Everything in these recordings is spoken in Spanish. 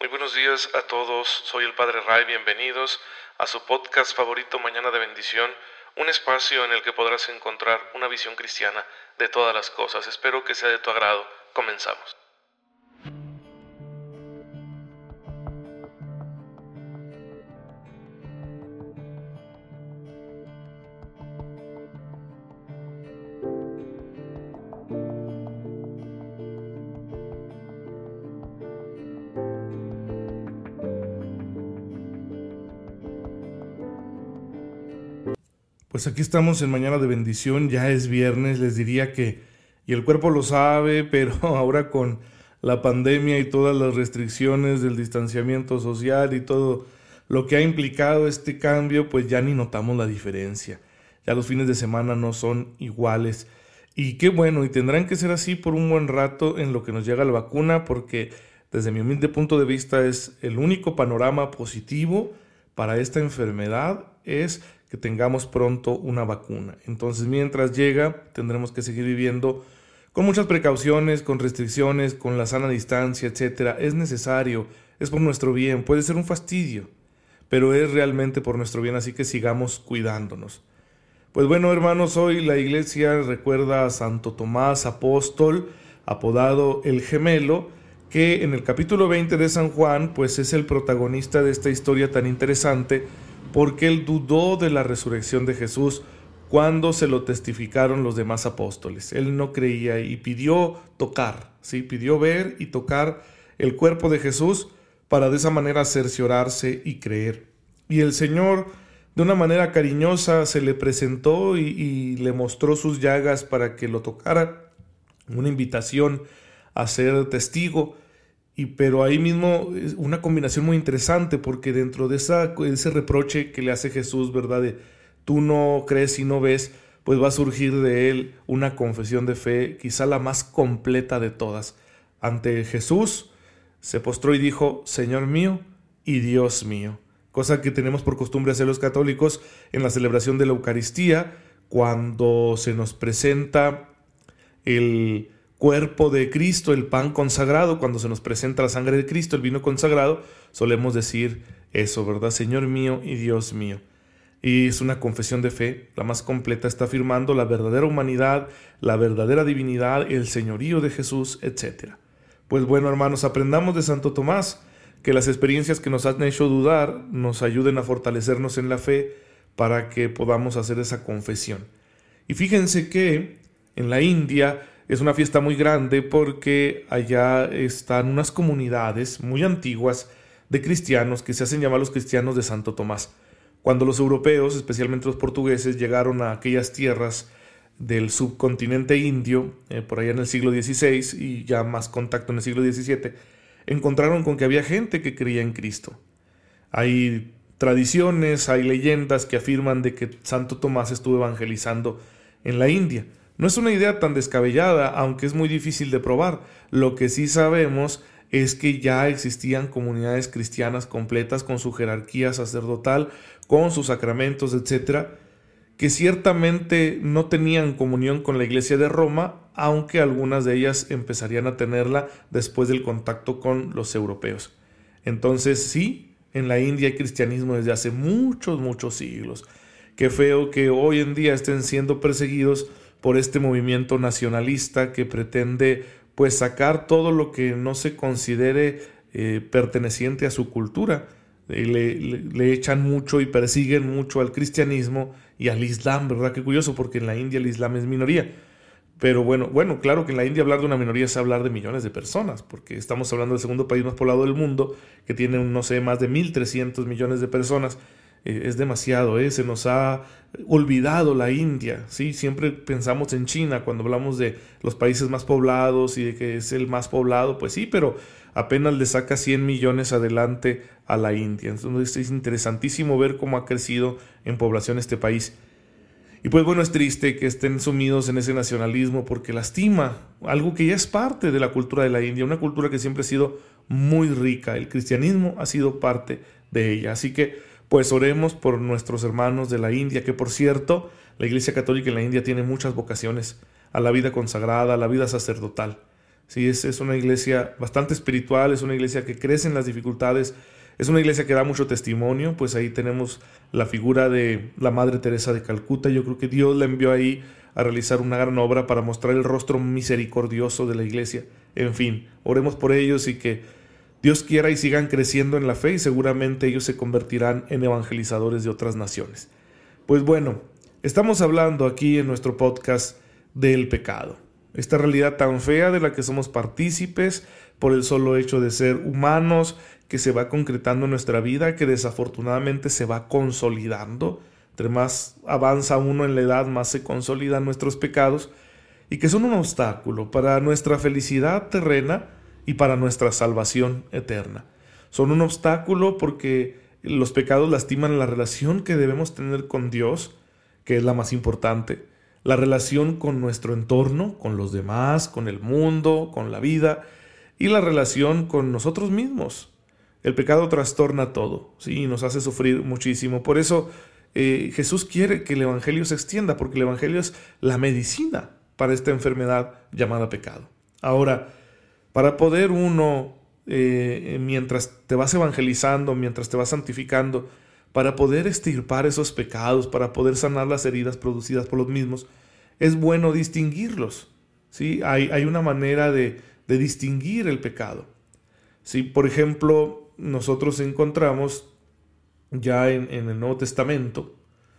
Muy buenos días a todos, soy el Padre Ray, bienvenidos a su podcast favorito Mañana de Bendición, un espacio en el que podrás encontrar una visión cristiana de todas las cosas. Espero que sea de tu agrado. Comenzamos. Pues aquí estamos en Mañana de Bendición, ya es viernes, les diría que, y el cuerpo lo sabe, pero ahora con la pandemia y todas las restricciones del distanciamiento social y todo lo que ha implicado este cambio, pues ya ni notamos la diferencia. Ya los fines de semana no son iguales. Y qué bueno, y tendrán que ser así por un buen rato en lo que nos llega la vacuna, porque desde mi humilde punto de vista es el único panorama positivo para esta enfermedad, es que tengamos pronto una vacuna. Entonces, mientras llega, tendremos que seguir viviendo con muchas precauciones, con restricciones, con la sana distancia, etcétera. Es necesario, es por nuestro bien, puede ser un fastidio, pero es realmente por nuestro bien, así que sigamos cuidándonos. Pues bueno, hermanos, hoy la iglesia recuerda a Santo Tomás Apóstol, apodado el Gemelo, que en el capítulo 20 de San Juan, pues es el protagonista de esta historia tan interesante, porque él dudó de la resurrección de Jesús cuando se lo testificaron los demás apóstoles. Él no creía y pidió tocar, ¿sí? Pidió ver y tocar el cuerpo de Jesús para de esa manera cerciorarse y creer. Y el Señor, de una manera cariñosa, se le presentó y le mostró sus llagas para que lo tocara, una invitación a ser testigo. Pero ahí mismo es una combinación muy interesante, porque dentro de ese reproche que le hace Jesús, ¿verdad? De tú no crees y no ves, pues va a surgir de él una confesión de fe, quizá la más completa de todas. Ante Jesús se postró y dijo, Señor mío y Dios mío. Cosa que tenemos por costumbre hacer los católicos en la celebración de la Eucaristía, cuando se nos presenta el cuerpo de Cristo, el pan consagrado, cuando se nos presenta la sangre de Cristo, el vino consagrado, solemos decir eso, ¿verdad? Señor mío y Dios mío. Y es una confesión de fe, la más completa, está afirmando la verdadera humanidad, la verdadera divinidad, el señorío de Jesús, etc. Pues bueno, hermanos, aprendamos de Santo Tomás, que las experiencias que nos han hecho dudar nos ayuden a fortalecernos en la fe para que podamos hacer esa confesión. Y fíjense que en la India es una fiesta muy grande porque allá están unas comunidades muy antiguas de cristianos que se hacen llamar los cristianos de Santo Tomás. Cuando los europeos, especialmente los portugueses, llegaron a aquellas tierras del subcontinente indio, por allá en el siglo XVI y ya más contacto en el siglo XVII, encontraron con que había gente que creía en Cristo. Hay tradiciones, hay leyendas que afirman de que Santo Tomás estuvo evangelizando en la India. No es una idea tan descabellada, aunque es muy difícil de probar. Lo que sí sabemos es que ya existían comunidades cristianas completas con su jerarquía sacerdotal, con sus sacramentos, etcétera, que ciertamente no tenían comunión con la Iglesia de Roma, aunque algunas de ellas empezarían a tenerla después del contacto con los europeos. Entonces sí, en la India hay cristianismo desde hace muchos siglos. Qué feo que hoy en día estén siendo perseguidos por este movimiento nacionalista que pretende pues sacar todo lo que no se considere perteneciente a su cultura. Le echan mucho y persiguen mucho al cristianismo y al islam, ¿verdad? Qué curioso, porque en la India el islam es minoría. Pero bueno, claro que en la India hablar de una minoría es hablar de millones de personas, porque estamos hablando del segundo país más poblado del mundo, que tiene, no sé, más de 1.300 millones de personas. Es demasiado, se nos ha olvidado la India, ¿sí? Siempre pensamos en China cuando hablamos de los países más poblados y de que es el más poblado, pues sí, pero apenas le saca 100 millones adelante a la India. Entonces es interesantísimo ver cómo ha crecido en población este país. Y pues bueno, es triste que estén sumidos en ese nacionalismo porque lastima algo que ya es parte de la cultura de la India, una cultura que siempre ha sido muy rica. El cristianismo ha sido parte de ella. Así que pues oremos por nuestros hermanos de la India, que por cierto, la Iglesia Católica en la India tiene muchas vocaciones a la vida consagrada, a la vida sacerdotal. Sí, es una iglesia bastante espiritual, es una iglesia que crece en las dificultades, es una iglesia que da mucho testimonio. Pues ahí tenemos la figura de la Madre Teresa de Calcuta. Yo creo que Dios la envió ahí a realizar una gran obra para mostrar el rostro misericordioso de la iglesia. En fin, oremos por ellos y que Dios quiera y sigan creciendo en la fe, y seguramente ellos se convertirán en evangelizadores de otras naciones. Pues bueno, estamos hablando aquí en nuestro podcast del pecado, esta realidad tan fea de la que somos partícipes por el solo hecho de ser humanos, que se va concretando en nuestra vida, que desafortunadamente se va consolidando. Entre más avanza uno en la edad, más se consolidan nuestros pecados, y que son un obstáculo para nuestra felicidad terrena y para nuestra salvación eterna. Son un obstáculo porque los pecados lastiman la relación que debemos tener con Dios, que es la más importante, la relación con nuestro entorno, con los demás, con el mundo, con la vida, y la relación con nosotros mismos. El pecado trastorna todo, ¿sí? Y nos hace sufrir muchísimo. Por eso Jesús quiere que el evangelio se extienda, porque el evangelio es la medicina para esta enfermedad llamada pecado. Ahora, para poder uno, mientras te vas evangelizando, mientras te vas santificando, para poder extirpar esos pecados, para poder sanar las heridas producidas por los mismos, es bueno distinguirlos, ¿sí? Hay una manera de distinguir el pecado, ¿sí? Por ejemplo, nosotros encontramos ya en el Nuevo Testamento,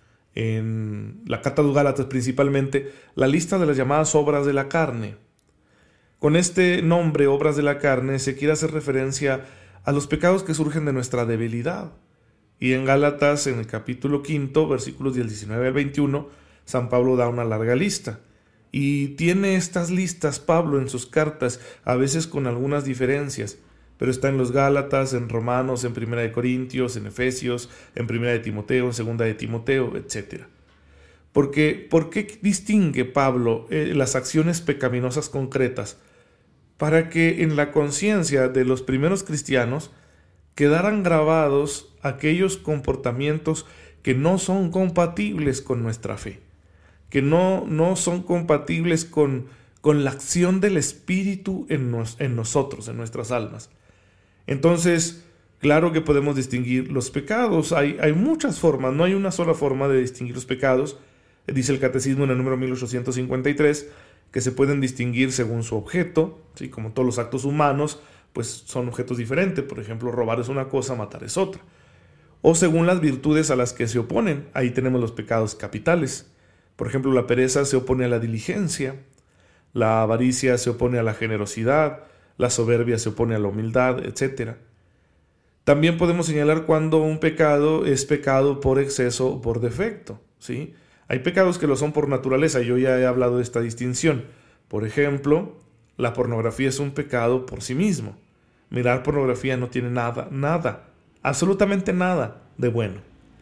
en la Carta a los Gálatas principalmente, la lista de las llamadas obras de la carne. Con este nombre, obras de la carne, se quiere hacer referencia a los pecados que surgen de nuestra debilidad. Y en Gálatas, en el capítulo 5, versículos del 19 al 21, San Pablo da una larga lista. Y tiene estas listas Pablo en sus cartas, a veces con algunas diferencias, pero está en los Gálatas, en Romanos, en Primera de Corintios, en Efesios, en Primera de Timoteo, en Segunda de Timoteo, etc. ¿Por qué distingue Pablo las acciones pecaminosas concretas? Para que en la conciencia de los primeros cristianos quedaran grabados aquellos comportamientos que no son compatibles con nuestra fe, que no son compatibles con la acción del Espíritu en nosotros, en nuestras almas. Entonces, claro que podemos distinguir los pecados. Hay muchas formas, no hay una sola forma de distinguir los pecados. Dice el Catecismo en el número 1853 que se pueden distinguir según su objeto, ¿sí? Como todos los actos humanos, pues son objetos diferentes. Por ejemplo, robar es una cosa, matar es otra. O según las virtudes a las que se oponen. Ahí tenemos los pecados capitales. Por ejemplo, la pereza se opone a la diligencia, la avaricia se opone a la generosidad, la soberbia se opone a la humildad, etc. También podemos señalar cuando un pecado es pecado por exceso o por defecto, ¿sí? Hay pecados que lo son por naturaleza, yo ya he hablado de esta distinción. Por ejemplo, la pornografía es un pecado por sí mismo. Mirar pornografía no tiene nada, absolutamente nada de bueno.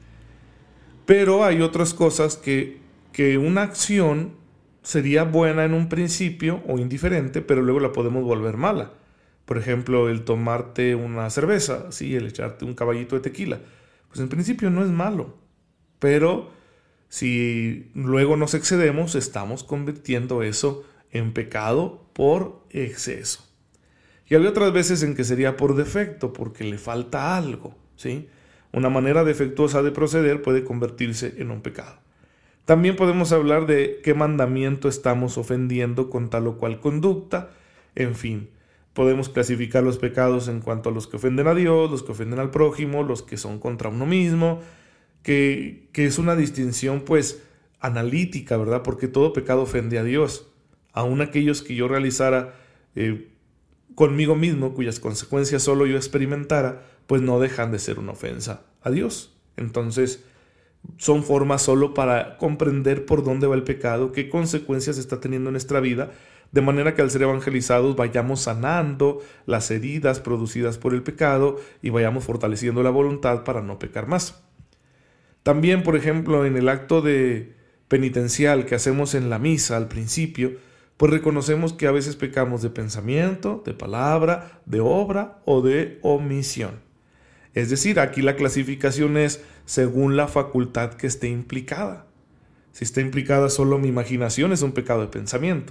Pero hay otras cosas que una acción sería buena en un principio o indiferente, pero luego la podemos volver mala. Por ejemplo, el tomarte una cerveza, ¿sí? El echarte un caballito de tequila. Pues en principio no es malo, pero si luego nos excedemos, estamos convirtiendo eso en pecado por exceso. Y había otras veces en que sería por defecto, porque le falta algo, ¿sí? Una manera defectuosa de proceder puede convertirse en un pecado. También podemos hablar de qué mandamiento estamos ofendiendo con tal o cual conducta. En fin, podemos clasificar los pecados en cuanto a los que ofenden a Dios, los que ofenden al prójimo, los que son contra uno mismo, que es una distinción pues analítica, ¿verdad? Porque todo pecado ofende a Dios. Aun aquellos que yo realizara conmigo mismo, cuyas consecuencias solo yo experimentara, pues no dejan de ser una ofensa a Dios. Entonces, son formas solo para comprender por dónde va el pecado, qué consecuencias está teniendo en nuestra vida, de manera que al ser evangelizados vayamos sanando las heridas producidas por el pecado y vayamos fortaleciendo la voluntad para no pecar más. También, por ejemplo, en el acto de penitencial que hacemos en la misa al principio, pues reconocemos que a veces pecamos de pensamiento, de palabra, de obra o de omisión. Es decir, aquí la clasificación es según la facultad que esté implicada. Si está implicada solo mi imaginación, es un pecado de pensamiento.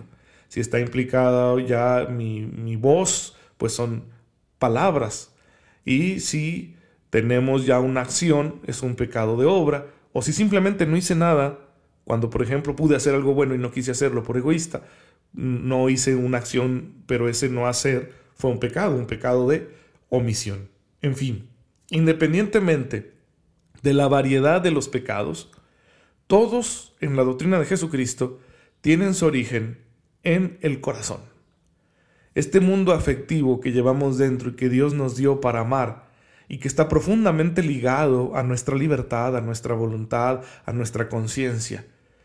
Si está implicada ya mi voz, pues son palabras. Y si tenemos ya una acción, es un pecado de obra. O si simplemente no hice nada, cuando por ejemplo pude hacer algo bueno y no quise hacerlo por egoísta, no hice una acción, pero ese no hacer fue un pecado de omisión. En fin, independientemente de la variedad de los pecados, todos en la doctrina de Jesucristo tienen su origen en el corazón. Este mundo afectivo que llevamos dentro y que Dios nos dio para amar y que está profundamente ligado a nuestra libertad, a nuestra voluntad, a nuestra conciencia,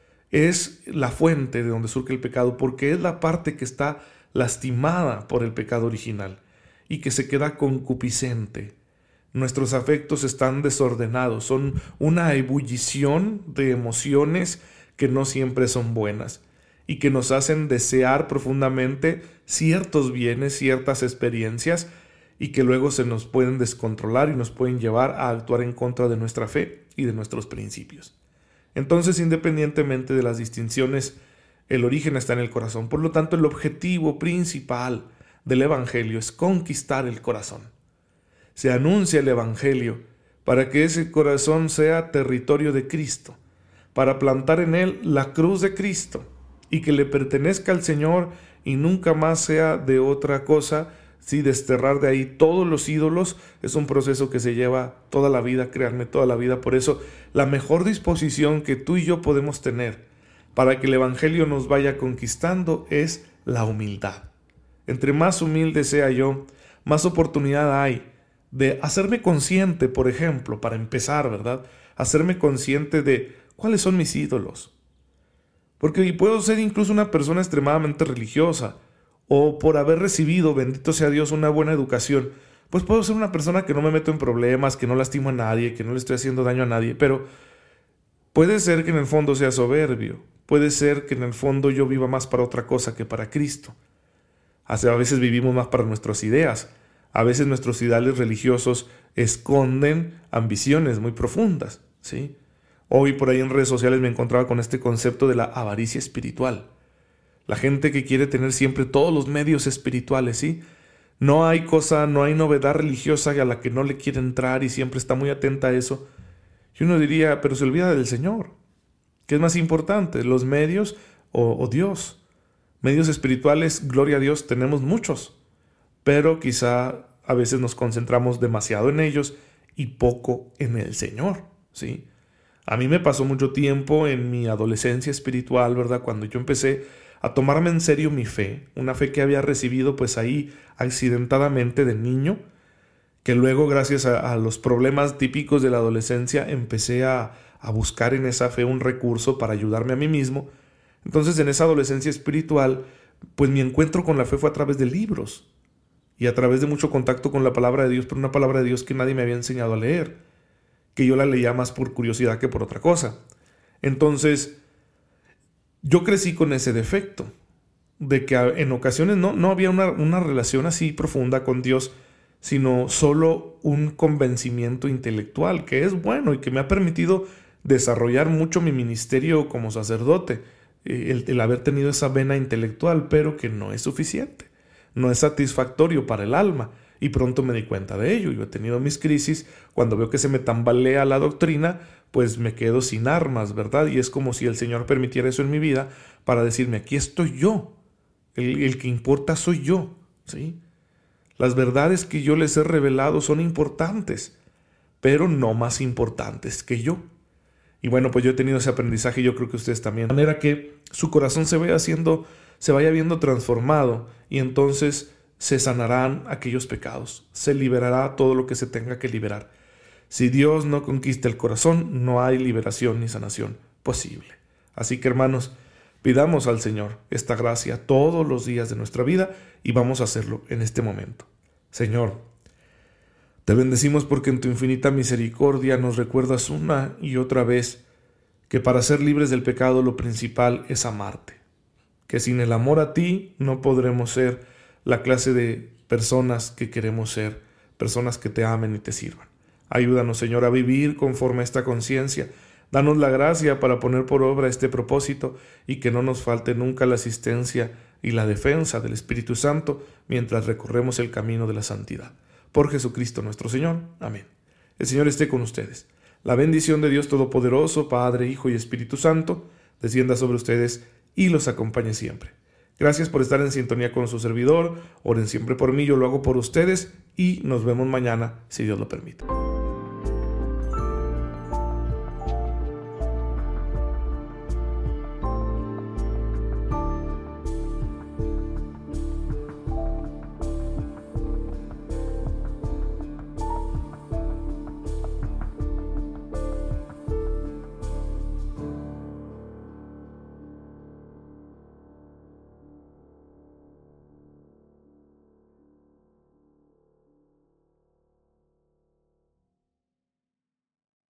es la fuente de donde surge el pecado, porque es la parte que está lastimada por el pecado original y que se queda concupiscente. Nuestros afectos están desordenados, son una ebullición de emociones que no siempre son buenas y que nos hacen desear profundamente ciertos bienes, ciertas experiencias, y que luego se nos pueden descontrolar y nos pueden llevar a actuar en contra de nuestra fe y de nuestros principios. Entonces, independientemente de las distinciones, el origen está en el corazón. Por lo tanto, el objetivo principal del Evangelio es conquistar el corazón. Se anuncia el Evangelio para que ese corazón sea territorio de Cristo, para plantar en él la cruz de Cristo y que le pertenezca al Señor y nunca más sea de otra cosa. Sí, desterrar de ahí todos los ídolos es un proceso que se lleva toda la vida, créanme, toda la vida. Por eso, la mejor disposición que tú y yo podemos tener para que el Evangelio nos vaya conquistando es la humildad. Entre más humilde sea yo, más oportunidad hay de hacerme consciente, por ejemplo, para empezar, ¿verdad? Hacerme consciente de cuáles son mis ídolos. Porque puedo ser incluso una persona extremadamente religiosa, o por haber recibido, bendito sea Dios, una buena educación, pues puedo ser una persona que no me meto en problemas, que no lastimo a nadie, que no le estoy haciendo daño a nadie, pero puede ser que en el fondo sea soberbio, puede ser que en el fondo yo viva más para otra cosa que para Cristo. A veces vivimos más para nuestras ideas, a veces nuestros ideales religiosos esconden ambiciones muy profundas, ¿sí? Hoy por ahí en redes sociales me encontraba con este concepto de la avaricia espiritual. La gente que quiere tener siempre todos los medios espirituales, ¿sí? No hay novedad religiosa a la que no le quiere entrar y siempre está muy atenta a eso. Y uno diría, pero se olvida del Señor. ¿Qué es más importante, los medios o Dios? Medios espirituales, gloria a Dios, tenemos muchos, pero quizá a veces nos concentramos demasiado en ellos y poco en el Señor, ¿sí? A mí me pasó mucho tiempo en mi adolescencia espiritual, ¿verdad? Cuando yo empecé a tomarme en serio mi fe, una fe que había recibido pues ahí accidentadamente de niño, que luego gracias a los problemas típicos de la adolescencia empecé a buscar en esa fe un recurso para ayudarme a mí mismo. Entonces en esa adolescencia espiritual pues mi encuentro con la fe fue a través de libros y a través de mucho contacto con la palabra de Dios, pero una palabra de Dios que nadie me había enseñado a leer, que yo la leía más por curiosidad que por otra cosa. Entonces yo crecí con ese defecto, de que en ocasiones no había una relación así profunda con Dios, sino solo un convencimiento intelectual, que es bueno y que me ha permitido desarrollar mucho mi ministerio como sacerdote, el haber tenido esa vena intelectual, pero que no es suficiente, no es satisfactorio para el alma. Y pronto me di cuenta de ello. Yo he tenido mis crisis, cuando veo que se me tambalea la doctrina, pues me quedo sin armas, ¿verdad? Y es como si el Señor permitiera eso en mi vida para decirme, aquí estoy yo, el que importa soy yo, ¿sí? Las verdades que yo les he revelado son importantes, pero no más importantes que yo. Y bueno, pues yo he tenido ese aprendizaje y yo creo que ustedes también. De manera que su corazón se vaya viendo transformado y entonces se sanarán aquellos pecados, se liberará todo lo que se tenga que liberar. Si Dios no conquista el corazón, no hay liberación ni sanación posible. Así que hermanos, pidamos al Señor esta gracia todos los días de nuestra vida y vamos a hacerlo en este momento. Señor, te bendecimos porque en tu infinita misericordia nos recuerdas una y otra vez que para ser libres del pecado lo principal es amarte, que sin el amor a ti no podremos ser la clase de personas que queremos ser, personas que te amen y te sirvan. Ayúdanos, Señor, a vivir conforme a esta conciencia. Danos la gracia para poner por obra este propósito y que no nos falte nunca la asistencia y la defensa del Espíritu Santo mientras recorremos el camino de la santidad. Por Jesucristo nuestro Señor. Amén. El Señor esté con ustedes. La bendición de Dios Todopoderoso, Padre, Hijo y Espíritu Santo, descienda sobre ustedes y los acompañe siempre. Gracias por estar en sintonía con su servidor. Oren siempre por mí, yo lo hago por ustedes y nos vemos mañana, si Dios lo permite.